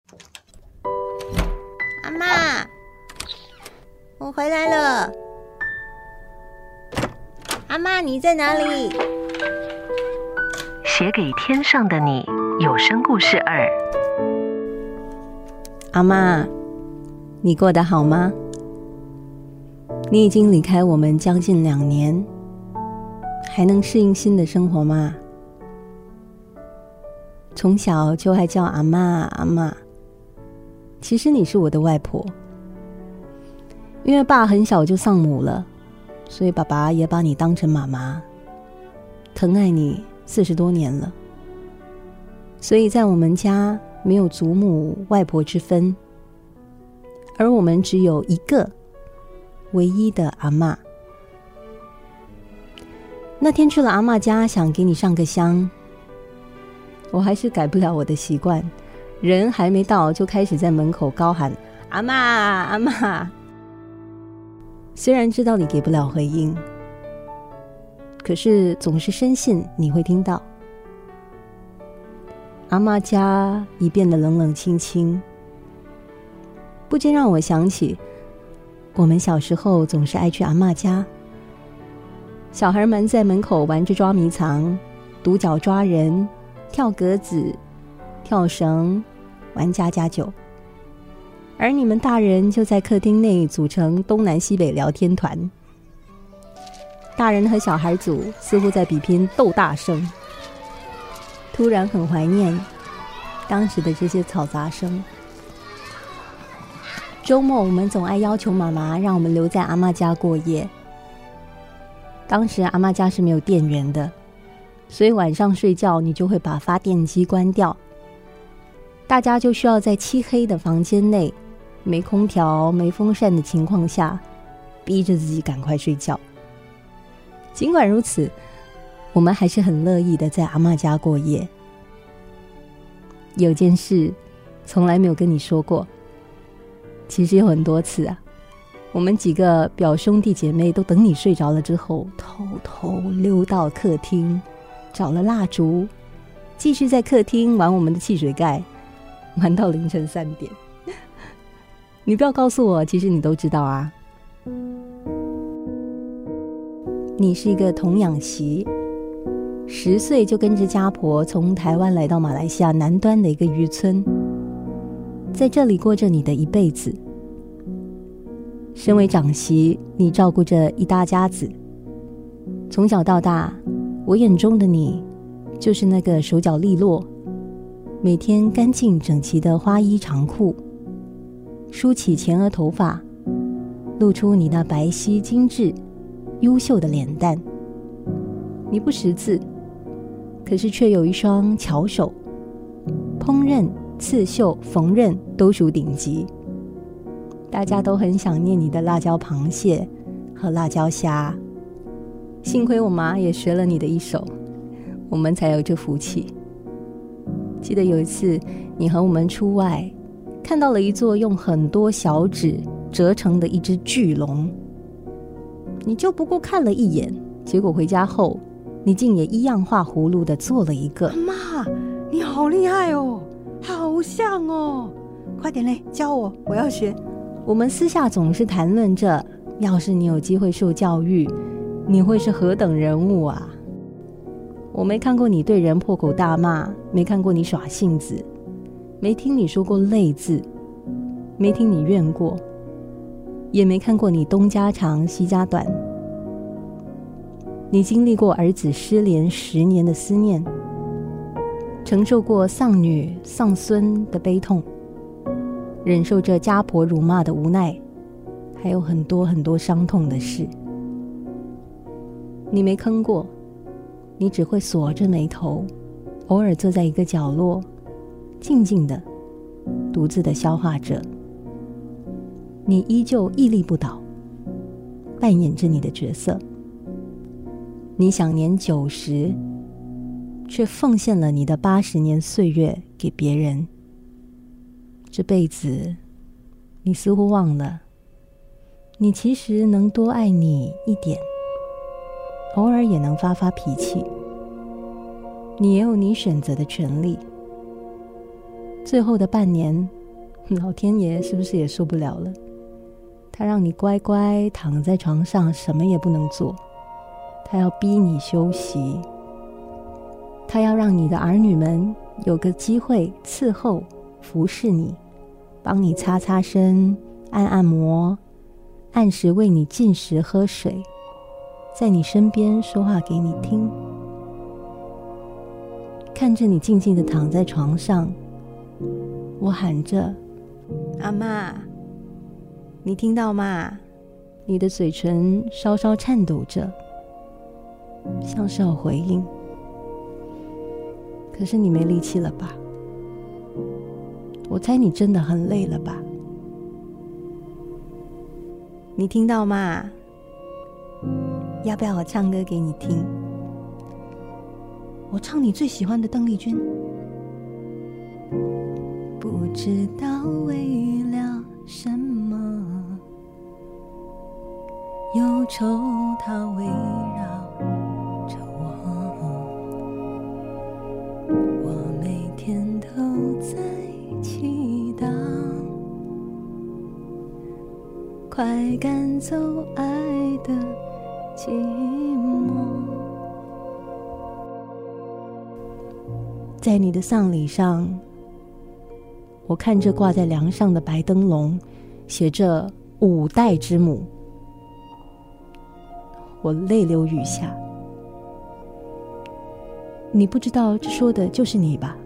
阿嬷，我回来了。阿嬷，你在哪里？ 写给天上的你有声故事2。 阿嬷，你过得好吗？你已经离开我们将近2年，还能适应新的生活吗？从小就爱叫阿嬷阿嬷，其实你是我的外婆。因为爸很小就丧母了，所以爸爸也把你当成妈妈，疼爱你40多年了。所以在我们家没有祖母外婆之分，而我们只有一个唯一的阿嬷。那天去了阿嬷家，想给你上个香，我还是改不了我的习惯，人还没到就开始在门口高喊阿嬷阿嬷。虽然知道你给不了回应，可是总是深信你会听到。阿嬷家已变得冷冷清清，不禁让我想起我们小时候总是爱去阿嬷家，小孩们在门口玩着捉迷藏、独角抓人、跳格子、跳绳、玩家家酒，而你们大人就在客厅内组成东南西北聊天团。大人和小孩组似乎在比拼斗大声，突然很怀念当时的这些嘈杂声。周末我们总爱要求妈妈让我们留在阿嬷家过夜。当时阿嬷家是没有电源的，所以晚上睡觉你就会把发电机关掉，大家就需要在漆黑的房间内，没空调没风扇的情况下，逼着自己赶快睡觉。尽管如此，我们还是很乐意的在阿嬷家过夜。有件事从来没有跟你说过，其实有很多次啊，我们几个表兄弟姐妹都等你睡着了之后，偷偷溜到客厅，找了蜡烛，继续在客厅玩我们的汽水盖，玩到凌晨3点。你不要告诉我，其实你都知道啊。你是一个童养媳，10岁就跟着家婆从台湾来到马来西亚南端的一个渔村，在这里过着你的一辈子。身为长媳，你照顾着一大家子，从小到大，我眼中的你就是那个手脚利落，每天干净整齐的花衣长裤，梳起前额头发，露出你那白皙精致优秀的脸蛋。你不识字，可是却有一双巧手，烹饪、刺绣、缝纫都属顶级。大家都很想念你的辣椒螃蟹和辣椒虾，幸亏我妈也学了你的一手，我们才有这福气。记得有一次你和我们出外，看到了一座用很多小纸折成的一只巨龙，你就不过看了一眼，结果回家后你竟也一样画葫芦的做了一个。 妈，你好厉害哦，好像哦，快点嘞，教我，我要学。 我们私下总是谈论着，要是你有机会受教育，你会是何等人物啊。我没看过你对人破口大骂，没看过你耍性子，没听你说过累字，没听你怨过，也没看过你东家长西家短。你经历过儿子失联10年的思念，承受过丧女丧孙的悲痛，忍受着家婆辱骂的无奈，还有很多很多伤痛的事。你没坑过，你只会锁着眉头，偶尔坐在一个角落，静静的独自的消化着。你依旧屹立不倒，扮演着你的角色。你享年90，却奉献了你的80年岁月给别人。这辈子你似乎忘了，你其实能多爱你一点，偶尔也能发发脾气，你也有你选择的权利。最后的半年老天爷是不是也受不了了？他让你乖乖躺在床上，什么也不能做，他要逼你休息，他要让你的儿女们有个机会伺候服侍你，帮你擦擦身，按摩，按时为你进食喝水，在你身边说话给你听。看着你静静地躺在床上，我喊着阿嬷，你听到吗？ 你的嘴唇稍稍颤抖着，像是要回应，可是你没力气了吧？我猜你真的很累了吧？ 你听到吗？ 要不要我唱歌给你听？我唱你最喜欢的邓丽君。不知道为了什么，忧愁它围绕着我每天都在祈祷，快赶走爱的寂寞。在你的丧礼上，我看着挂在梁上的白灯笼，写着5代之母，我泪流雨下。你不知道这说的就是你吧？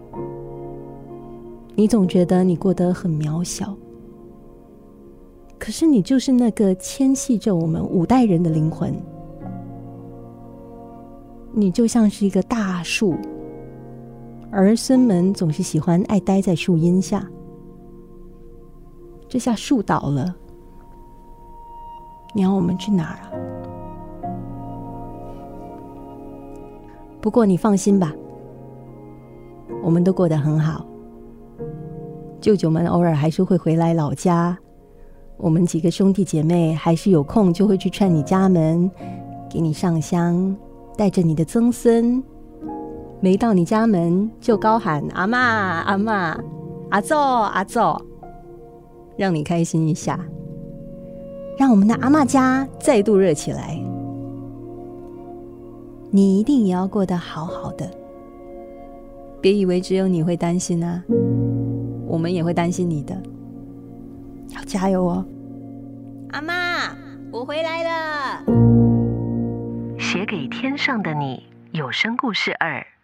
你总觉得你过得很渺小，可是你就是那个牵系着我们5代人的灵魂。你就像是一个大树，儿孙们总是喜欢爱待在树荫下，这下树倒了，你要我们去哪儿啊？不过你放心吧，我们都过得很好。舅舅们偶尔还是会回来老家，我们几个兄弟姐妹还是有空就会去串你家门，给你上香，带着你的曾孙，没到你家门就高喊阿嬷阿嬷，阿祖阿祖，让你开心一下，让我们的阿嬷家再度热起来。你一定也要过得好好的，别以为只有你会担心啊，我们也会担心你的，要加油哦。 阿嬷，我回来了。 写给天上的你有声故事2。